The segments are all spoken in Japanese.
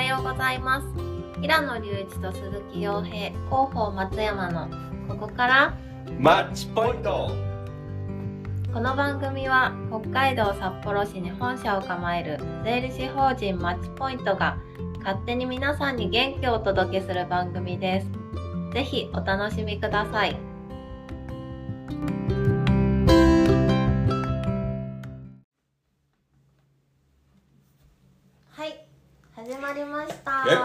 はようございます。平野隆一と鈴木陽平、広報松山のここからマッチポイント。 この番組は北海道札幌市に本社を構える税理士法人マッチポイントが勝手に皆さんに元気をお届けする番組です。ぜひお楽しみください。はい、始まりました。第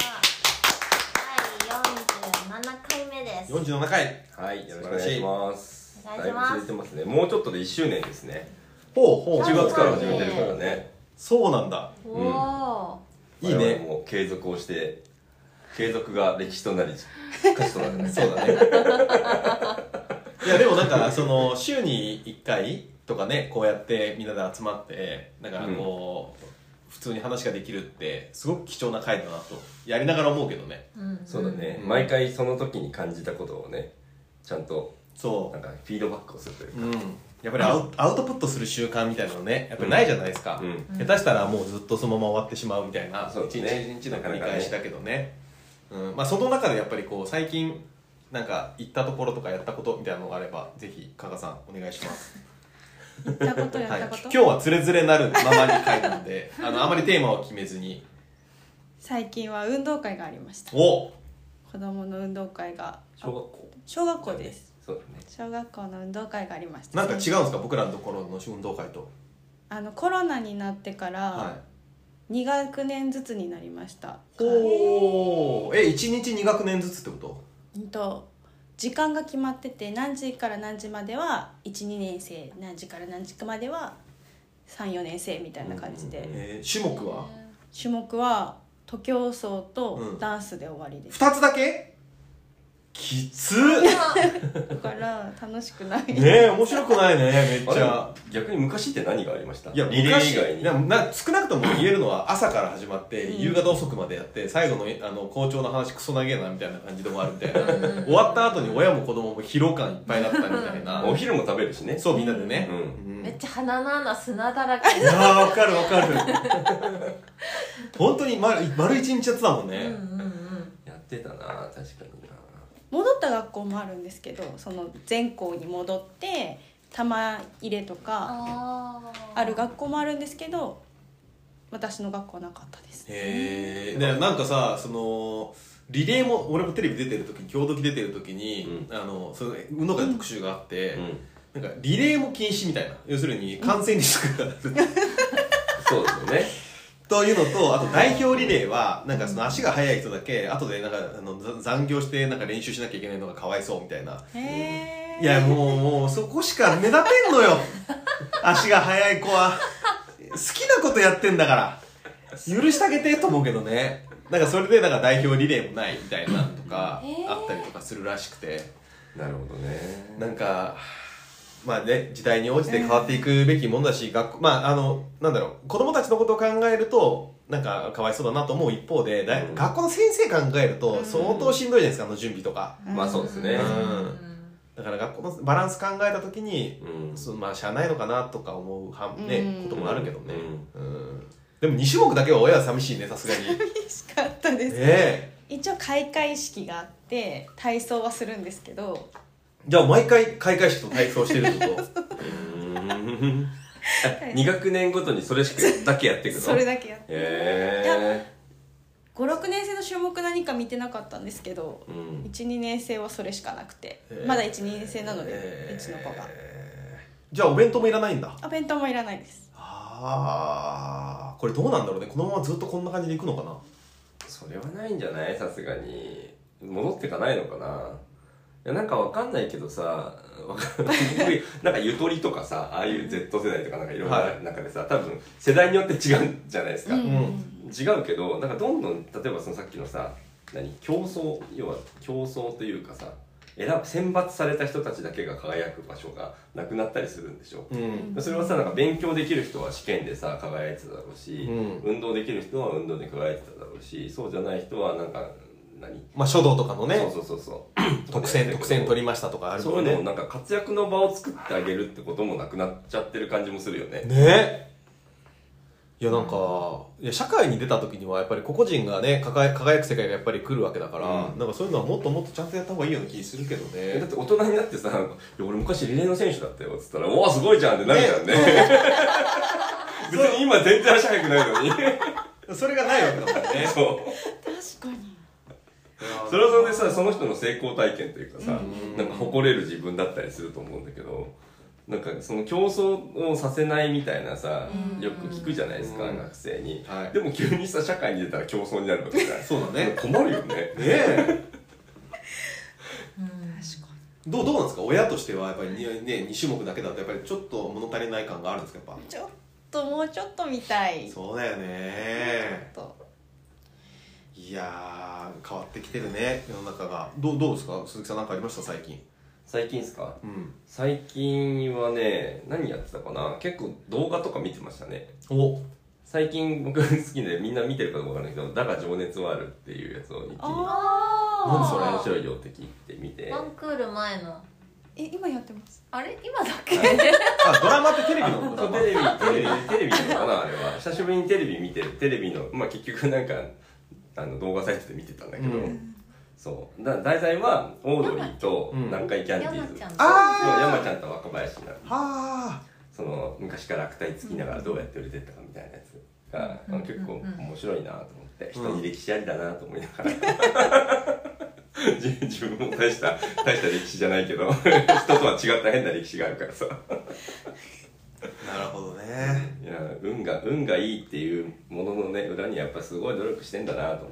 47回目です。 47回。 はい、よろしくお願いします。 お願いします。 だいぶ続いてますね。もうちょっとで1周年ですね。 ほうほう。 1月から始めてるからね。 そうなんだ。 おー、 いいね。 もう継続をして、継続が歴史となり、価値となるね。 そうだね。いやでもなんかその週に1回とかね、こうやってみんなで集まってなんかこう、普通に話ができるってすごく貴重な回だなとやりながら思うけどね。 そうだね。毎回その時に感じたことをね、ちゃんとなんかフィードバックをするというか。 やっぱりアウトプットする習慣みたいなのね、やっぱりないじゃないですか。下手したらもうずっとそのまま終わってしまうみたいな、一日一日の繰り返しだけどね。まあその中でやっぱりこう最近なんか行ったところとかやったことみたいなのがあればぜひ加賀さんお願いします。 行ったことやったこと、 今日はつれづれなるままに回なんであまりテーマを決めずに。 最近は運動会がありました。 お、 子供の運動会が小学校です。 そうだね。 小学校の運動会がありました。 なんか違うんですか、僕らのところの運動会と。 コロナになってから2学年ずつになりました。 おー、1日2学年ずつってこと？ 時間が決まってて、何時から何時までは 1,2 年生、何時から何時までは 3,4 年生みたいな感じで、 種目は種目は徒競走とダンスで終わりです。 2つだけ？きつだから楽しくない。 ねえ、面白くないね、めっちゃ。 逆に昔って何がありました？ いや、 リレー以外に。 少なくとも言えるのは朝から始まって夕方遅くまでやって最後の校長の話クソ長えなみたいな感じで終わるみたいな。終わった後に親も子供も疲労感いっぱいだったみたいな。 お昼も食べるしね。 そう、みんなでね。 めっちゃ鼻の穴砂だらけ。 いやー、わかるわかる。本当に丸一日やってたもんね。 やってたな、確かにな。 戻った学校もあるんですけど、その全校に戻って玉入れとかある学校もあるんですけど、私の学校はなかったです。 へえ。でなんかさ、そのリレーも俺もテレビ出てる時に、今日時出てる時に、その運動会の特集があって、なんかリレーも禁止みたいな、要するに感染リスクがある、 そうですよね。 というのと、あと代表リレーはなんかその足が速い人だけ後でなんか残業してなんか練習しなきゃいけないのがかわいそうみたいな。いやもうそこしか目立てんのよ。足が速い子は好きなことやってんだから許してあげてと思うけどね。なんかそれでなんか代表リレーもないみたいなとかあったりとかするらしくて、 なるほどね。 なんかまあね、時代に応じて変わっていくべきものだし、なんだろう、子供たちのことを考えるとなんかかわいそうだなと思う一方で、学校の先生考えると相当しんどいじゃないですか、準備とか。 まあそうですね。 だから学校のバランス考えた時に、まあしゃあないのかなとか思うこともあるけどね。でも2種目だけは親は寂しいね、さすがに。 寂しかったです。一応開会式があって体操はするんですけど。 じゃあ毎回開会式と体操してるってこと？ 2学年ごとにそれだけやっていくの？ それだけやって。5、6年生の種目何か見てなかったんですけど、1、2年生はそれしかなくて、まだ1、2年生なので、うちの子が。 じゃあお弁当もいらないんだ？ お弁当もいらないです。 これどうなんだろうね、このままずっとこんな感じでいくのかな？ それはないんじゃない？さすがに戻ってかないのかな。いやなんかわかんないけどさ、なんかゆとりとかさ、ああいう Z 世代とかなんかいろんな中でさ、多分世代によって違うんじゃないですか。違うけど、なんかどんどん、例えばそのさっきのさ、競争、要は競争というかさ、選抜された人たちだけが輝く場所がなくなったりするんでしょ。それはさ、なんか勉強できる人は試験でさ輝いてただろうし、運動できる人は運動で輝いてただろうし、そうじゃない人はなんかまあ書道とかのね、 そう特選取りましたとかあるもんね。そういうのをなんか活躍の場を作ってあげるってこともなくなっちゃってる感じもするよね。 ね。 いやなんかいや社会に出た時にはやっぱり個々人がね輝く世界がやっぱり来るわけだから、なんかそういうのはもっともっとちゃんとやった方がいいような気するけどね。 だって大人になってさ、いや俺昔リレーの選手だったよっつったら、おおすごいじゃんってなるじゃんね。別に今全然足速くないのに。 それがないわけだもんね。 そう。 確かに。 それはそれでさ、その人の成功体験というかさ、なんか誇れる自分だったりすると思うんだけど、なんかその競争をさせないみたいなさ、よく聞くじゃないですか、学生に、はい、でも急にさ社会に出たら競争になるわけじゃない。 そうだね。 困るよね。ねえ。 確かに。どうなんですか、親としてはやっぱりね2種目だけだとやっぱりちょっと物足りない感があるんですか。やっぱちょっともうちょっと見たい。 そうだよね。いやー変わってきてるね世の中が。どうですか鈴木さん、何かありました最近。 最近ですか、 最近はね、何やってたかな。結構動画とか見てましたね。最近僕好きで、みんな見てるかどうかわからないけど、だが情熱はあるっていうやつを一気に面白いよって聞いてみて。 ワンクール前の今やってます。 あれ今だっけ、 ドラマってテレビのドラマ。 テレビのかなあれは。久しぶりにテレビ見てる。テレビの結局なんか動画サイトで見てたんだけど、そう題材はオードリーと南海キャンディーズ、山ちゃんと若林になる。その昔から悪態つきながらどうやって売れてったかみたいなやつが結構面白いなと思って、人に歴史ありだなと思いながら自分も大した歴史じゃないけど人とは違った変な歴史があるからさ。 なるほどね。 いや運がいいっていうもののね裏にやっぱすごい努力してんだなと思って。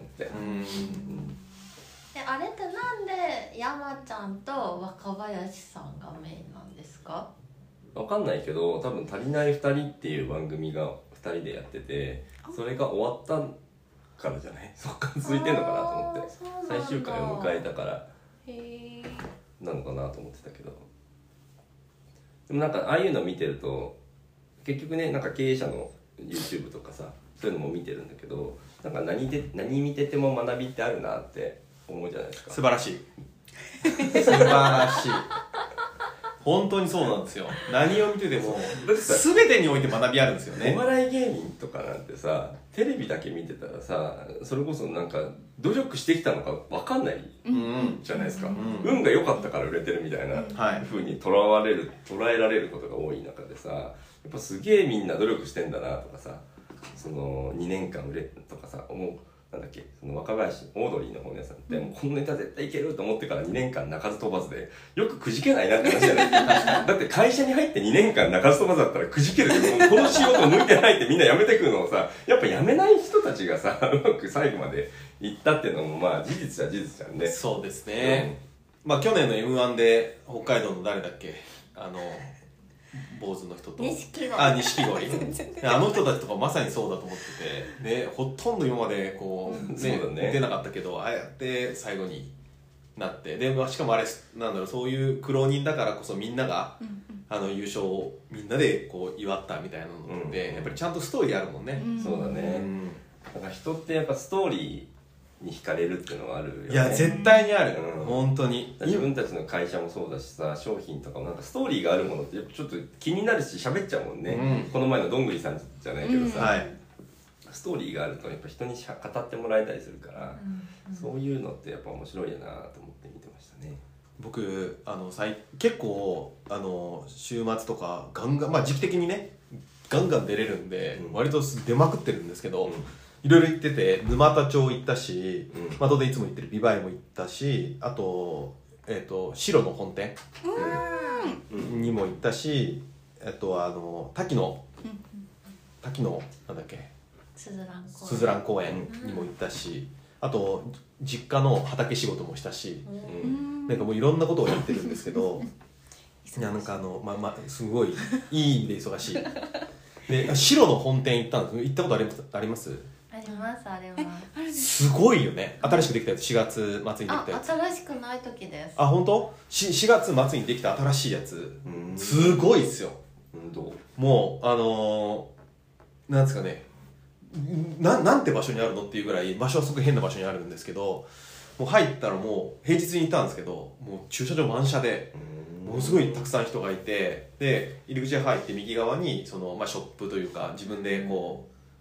あれってなんで山ちゃんと若林さんがメインなんですか？ わかんないけど、多分「足りない2人」っていう番組が2人でやってて、それが終わったからじゃない？そっから続いてんのかなと思って、最終回を迎えたからなのかなと思ってたけど、でもなんかああいうの見てると結局ね、なんか経営者の YouTube とかさ、そういうのも見てるんだけど、なんか何見てても学びってあるなって思うじゃないですか。 素晴らしい素晴らしい。本当にそうなんですよ。何を見てても全てにおいて学びあるんですよね。 お笑い芸人とかなんてさ、テレビだけ見てたらさ、それこそなんか努力してきたのか分かんないじゃないですか、運が良かったから売れてるみたいな風に捉えられることが多い中でさ、やっぱすげえみんな努力してんだなとかさ、その2年間売れとかさ、思う。なんだっけ、その若林オードリーの方のやつなんて、もうこのネタ絶対いけると思ってから2年間鳴かず飛ばずで、よくくじけないなって話じゃないですか。だって会社に入って2年間鳴かず飛ばずだったらくじけるけど、この仕事向いてないってみんな辞めてくるのをさ、やっぱ辞めない人たちがさ、うまく最後までいったっていうのもまあ事実は事実じゃんね。 そうですね、まあ去年の M1 で北海道の誰だっけ、坊主の人と錦鯉あの人たちとかまさにそうだと思ってて、ね、ほとんど今までこう、ね、出なかったけど、ああやって最後になって、でしかもあれなんだろう、そういう苦労人だからこそみんなが、優勝をみんなでこう祝ったみたいなので、やっぱりちゃんとストーリーあるもんね。 そうだね、だから人ってやっぱストーリーに惹かれるっていうのがあるよね。 いや絶対にある、本当に。 自分たちの会社もそうだしさ、商品とかもなんかストーリーがあるものってちょっと気になるし喋っちゃうもんね、この前のどんぐりさんじゃないけどさ、ストーリーがあるとやっぱ人に語ってもらえたりするから、そういうのってやっぱ面白いよなと思って見てましたね。 僕結構週末とかガンガン、まあ時期的にねガンガン出れるんで、割と出まくってるんですけど、いろいろ行ってて、沼田町行ったし、まあ当然いつも行ってる美bahiaも行ったし、あと白の本店にも行ったし、滝野なんだっけ、すずらん公園にも行ったし、あと実家の畑仕事もしたし、なんかもういろんなことをやってるんですけど、いやなんかすごいいい意味で忙しい。で白の本店行ったんです。行ったことあります？ あります。あれはすごいよね。新しくできたやつ、4月末にできたやつ。 新しくない時です。 あ、本当？4月末にできた新しいやつ、すごいっすよ。もうなんですかね、なんて場所にあるのっていうぐらい場所はすごく変な場所にあるんですけど、もう入ったらもう平日に行ったんですけど、もう駐車場満車で、ものすごいたくさん人がいて、で入り口に入って右側にその、ショップというか自分でこう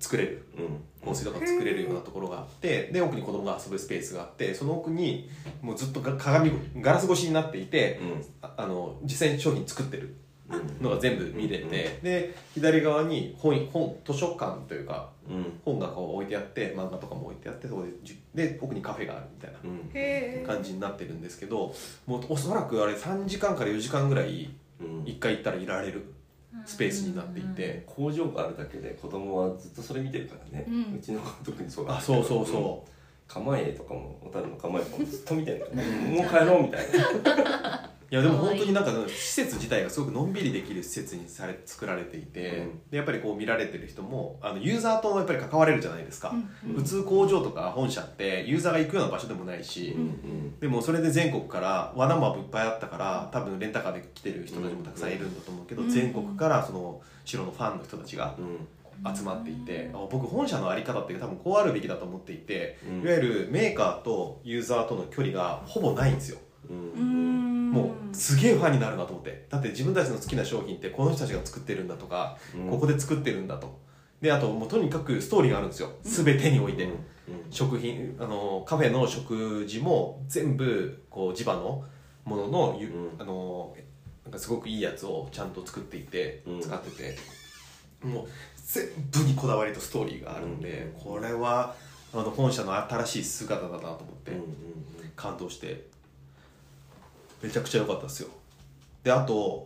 作れる、香水とか作れるようなところがあって、で奥に子供が遊ぶスペースがあって、その奥にもうずっとガラス越しになっていて、実際に商品作ってるのが全部見れて、で左側に図書館というか、本がこう置いてあって、漫画とかも置いてあって、そこで奥にカフェがあるみたいな感じになってるんですけど、もうおそらくあれ3時間から4時間ぐらい1回行ったらいられるスペースになっていて、 工場があるだけで子供はずっとそれ見てるからね、うちの子は特にそうだ。 そうそうそう、 構えとかも小樽の構えとかもずっと見てるからもう帰ろうみたいな。 いやでも本当になんか施設自体がすごくのんびりできる施設に作られていて、でやっぱりこう見られてる人もユーザーとやっぱり関われるじゃないですか、普通工場とか本社ってユーザーが行くような場所でもないし、でもそれで全国から罠もいっぱいあったから、多分レンタカーで来てる人たちもたくさんいるんだと思うけど、全国からその白のファンの人たちが集まっていて、僕本社の在り方って多分こうあるべきだと思っていて、いわゆるメーカーとユーザーとの距離がほぼないんですよ。もうすげえファンになるなと思って、だって自分たちの好きな商品ってこの人たちが作ってるんだとか、ここで作ってるんだと、であともうとにかくストーリーがあるんですよ、全てにおいて。食品カフェの食事も全部こう地場のものの、なんかすごくいいやつをちゃんと作っていて、使ってて、もう全部にこだわりとストーリーがあるんで、これは本社の新しい姿だなと思って感動して、めちゃくちゃ良かったですよ。であと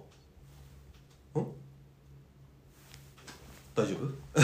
大丈夫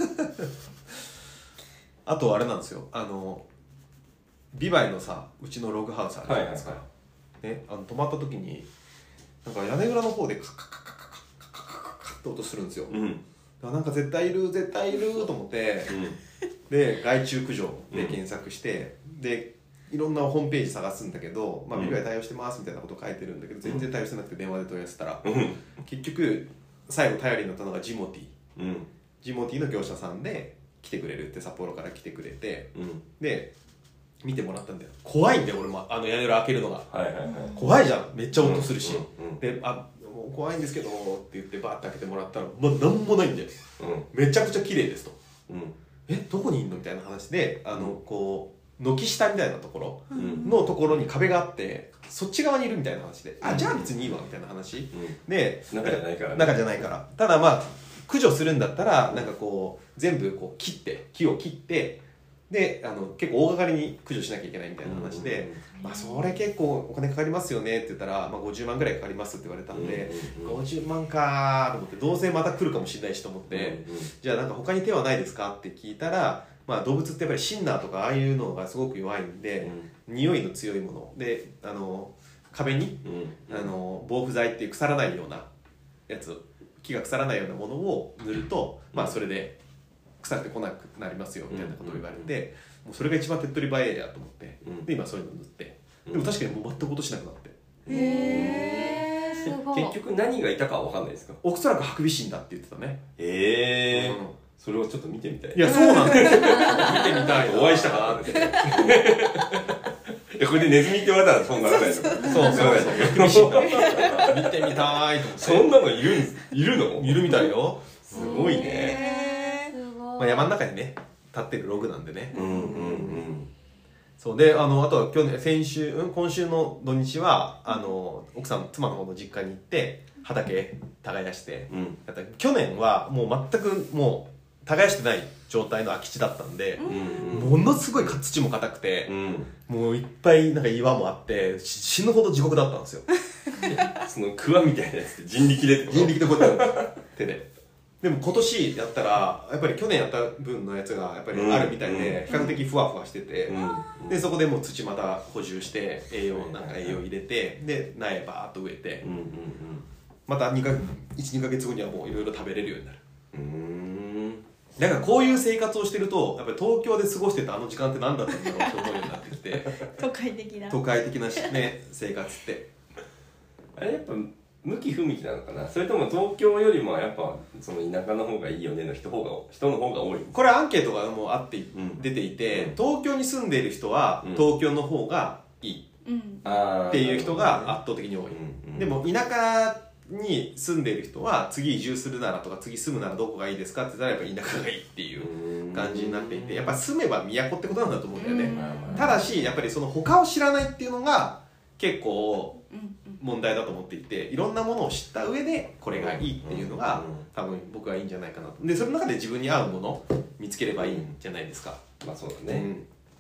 あとあれなんですよ、ビバイのさ、うちのログハウスあるじゃないですか、ね、泊まった時になんか屋根裏の方でカカカカカカカカカって音するんですよ、なんか絶対いると思って、で害虫駆除で検索して、でいろんなホームページ探すんだけど、ビバイ対応してますみたいなこと書いてるんだけど、全然対応してなくて電話で問い合わせたら、結局最後頼りになったのがジモティの業者さんで来てくれるって、札幌から来てくれて、で見てもらったんだよ。怖いんだよ俺も、屋根裏開けるのが、怖いじゃん、めっちゃ音するし、でもう怖いんですけどって言ってバーって開けてもらったら、なんもないんだよ、めちゃくちゃ綺麗ですと、どこにいんのみたいな話で、こう軒下みたいなところのところに壁があって、そっち側にいるみたいな話で、じゃあ別にいいわみたいな話、で中じゃないから、 中じゃないから、ただ駆除するんだったらなんかこう全部こう木を切って、で結構大掛かりに駆除しなきゃいけないみたいな話で、それ結構お金かかりますよねって言ったら、50万ぐらいかかりますって言われたんで、50万かと思って、どうせまた来るかもしれないしと思って、じゃあなんか他に手はないですかって聞いたら、動物ってやっぱりシンナーとかああいうのがすごく弱いんで、匂いの強いもので壁に防腐剤っていう腐らないようなやつ、木が腐らないようなものを塗ると、それで腐ってこなくなりますよみたいなことを言われて、もうそれが一番手っ取り早いやと思って、で今そういうの塗って、でも確かにもう全く音しなくなって、 すごい。 結局何がいたかは分かんないですか？ おそらくハクビシンだって言ってたね。 それをちょっと見てみたい。 いやそうなんですよ見てみたい、 お会いしたかなって。これでネズミって言われたらそうならないの。そう見てみたいと思って。 そんなのいるの？ いるみたいよ。 すごいね。 山の中にね立ってるログなんでね。そうで、あとは今週の土日は奥さん妻の方の実家に行って畑耕して、去年はもう全くもう耕してない状態の空き地だったんで、ものすごい土も硬くて、もういっぱいなんか岩もあって死ぬほど地獄だったんですよ。 そのクワみたいなやつって人力でこうやって手で。でも今年やったらやっぱり去年やった分のやつがやっぱりあるみたいで、比較的ふわふわしてて、でそこでもう土また補充して栄養入れて、で苗バーっと植えて、また1、2ヶ月後にはもういろいろ食べれるようになる。だからこういう生活をしてると、やっぱり東京で過ごしてた時間って何だったんだろうって思うようになってきて都会的なね生活って、 あれやっぱ向き不向きなのかな、それとも東京よりもやっぱその田舎の方がいいよねの人の方が多い。 これアンケートがもうあって出ていて、東京に住んでいる人は東京の方がいいっていう人が圧倒的に多い。でも田舎に住んでいる人は次移住するならとか次住むならどこがいいですかって言ったらやっぱ田舎がいいっていう感じになっていて、やっぱ住めば都ってことなんだと思うんだよね。ただしやっぱりその他を知らないっていうのが結構問題だと思っていて、いろんなものを知った上でこれがいいっていうのが多分僕はいいんじゃないかなと。でその中で自分に合うものを見つければいいんじゃないですか。 まあそうだね、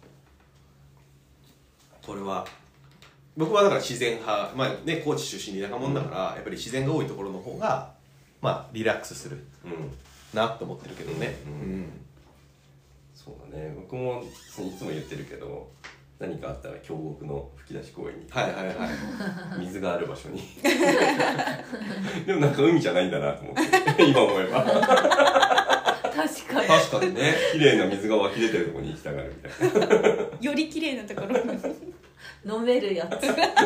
これは僕はだから自然派、まあね、高知出身で田舎者だから、やっぱり自然が多いところの方がまあリラックスするなと思ってるけどね。 そうだね、僕もいつも言ってるけど、何かあったら京極の吹き出し公園に、水がある場所にでもなんか海じゃないんだなと思って今思えば確かにね、 綺麗な水が湧き出てるところに行きたがるみたいなより綺麗なところ飲めるやつ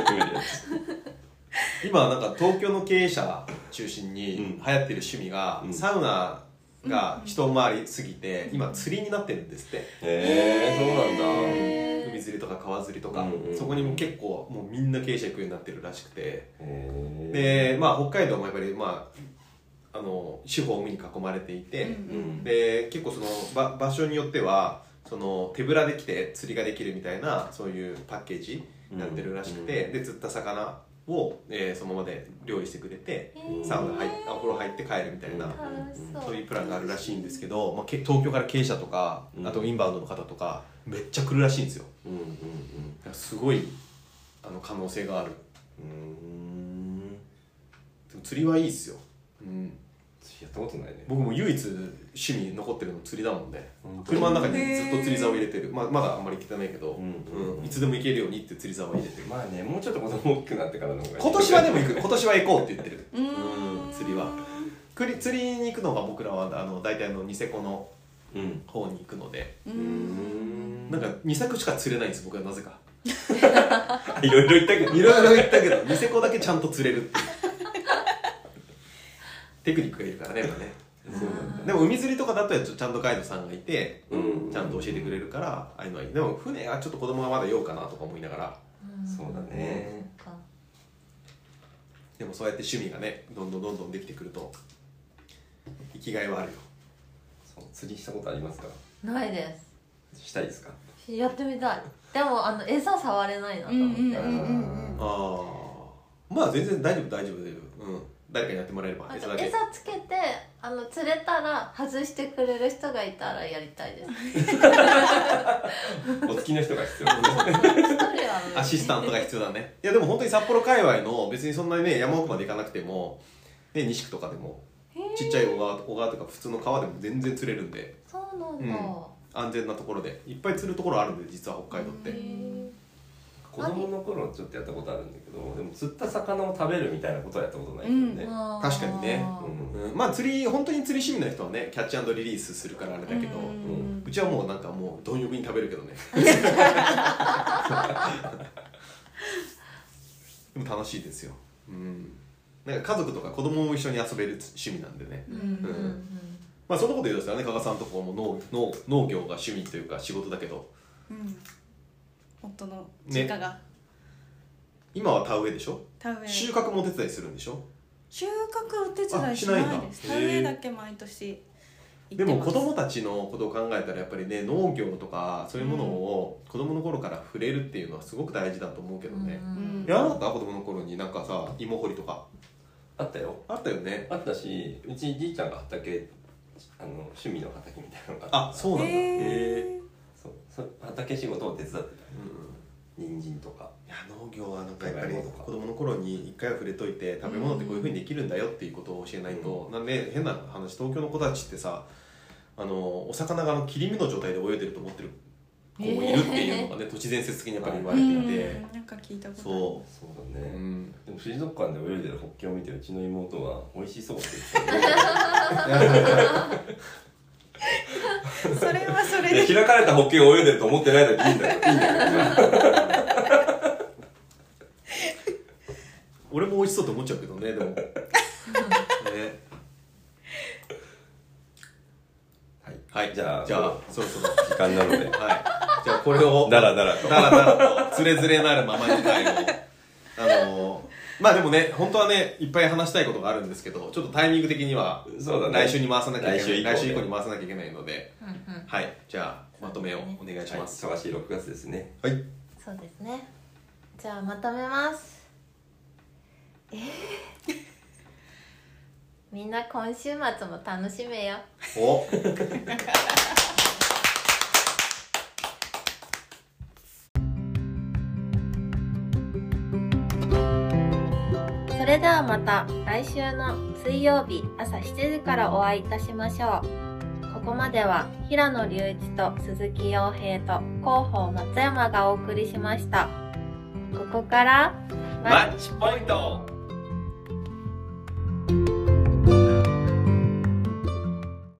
今なんか東京の経営者中心に流行ってる趣味が、サウナが一回り過ぎて、今釣りになってるんですって。 そうなんだ。 海釣りとか川釣りとか、そこにも結構もうみんな経営者行くようになってるらしくて、でまあ北海道もやっぱりまあ四方海に囲まれていて、で結構その場所によってはその手ぶらで来て釣りができるみたいなそういうパッケージになってるらしくて、で釣った魚を、そのままで料理してくれて、サウナお風呂入って帰るみたいな、そういうプランがあるらしいんですけど、まあ、東京から経営者とかあとインバウンドの方とかめっちゃ来るらしいんですよ。すごい可能性がある。でも釣りはいいっすよ。 やったことないね。 僕も唯一趣味残ってるの釣りだもんね。車の中にずっと釣り竿を入れてる。まだあんまり行ってないけど、いつでも行けるようにって釣り竿を入れてる。 まあね、もうちょっと子供大きくなってからの方がいい。 今年はでも行く。今年は行こうって言ってる。釣りは。釣りに行くのが僕らは大体ニセコの方に行くので、なんかニセコしか釣れないんです僕はなぜか。 いろいろ言ったけどニセコだけちゃんと釣れるっていうテクニックがいるからねやっぱね。でも海釣りとかだとちゃんとガイドさんがいて、ちゃんと教えてくれるからああいうのはいい。でも船はちょっと子供がまだ酔うかなとか思いながら。 そうだね。 でもそうやって趣味がねどんどんできてくると生きがいはあるよ。 釣りしたことありますか？ ないです。 したいですか？ やってみたい。でも餌触れないなと思ってまあ全然大丈夫誰かにやってもらえれば。 餌つけて釣れたら外してくれる人がいたらやりたいですお付きの人が必要アシスタントが必要だね。いやでも本当に札幌界隈の別にそんなにね山奥まで行かなくても、ね、西区とかでもちっちゃい小川とか普通の川でも全然釣れるんで。 そうなんだ、 安全なところでいっぱい釣るところあるんで実は北海道って。 子供の頃ちょっとやったことあるんだけど、でも釣った魚を食べるみたいなことはやったことないけどね。 確かにね。まあ本当に釣り趣味の人はねキャッチ&リリースするからあれだけど、うちはもうなんかもう貪欲に食べるけどね。でも楽しいですよ。なんか家族とか子供も一緒に遊べる趣味なんでね。まあそんなこと言うとね、加賀さんとこも農業が趣味というか仕事だけど、 夫の実家が、 今は田植えでしょ？ 田植え。 収穫もお手伝いするんでしょ？ 収穫お手伝いしないです。田植えだけ毎年行ってます。 でも子供たちのことを考えたらやっぱりね農業とかそういうものを子供の頃から触れるっていうのはすごく大事だと思うけどね。やらなかった子供の頃になんかさ芋掘りとかあったよ。 あったよね。 あったし、うちじいちゃんが畑趣味の畑みたいなのがあ、そうなんだ。 そう畑仕事を手伝ってた。人参とか。 いや農業はなんかやっぱり子供の頃に一回は触れといて食べ物ってこういう風にできるんだよっていうことを教えないと。なんで変な話、東京の子たちってさお魚が切り身の状態で泳いでると思ってる子もいるっていうのがね都市伝説的にやっぱり言われていて、 なんか聞いたことそうだね。でも水族館で泳いでるホッケを見てうちの妹は美味しそうって言ってそれはそれで開かれたホッケが泳いでると思ってないだけいいんだよ。 俺も美味しそうと思っちゃうけどね。でもね。はい、じゃあそろそろ時間なので、 じゃあこれをだらだらとつれづれなるままに会をまあでもね、本当はね、いっぱい話したいことがあるんですけど、ちょっとタイミング的には、 そうだね、 来週に回さなきゃいけない。来週以降にね、 回さなきゃいけないので、はい。じゃあ、まとめをお願いします。 はい、忙しい6月ですね。 はい。 そうですね。じゃあまとめます。みんな今週末も楽しめよ。 おそれではまた来週の水曜日朝7時からお会いいたしましょう。ここまでは平野隆一と鈴木陽平と広報松山がお送りしました。ここからマッチポイント。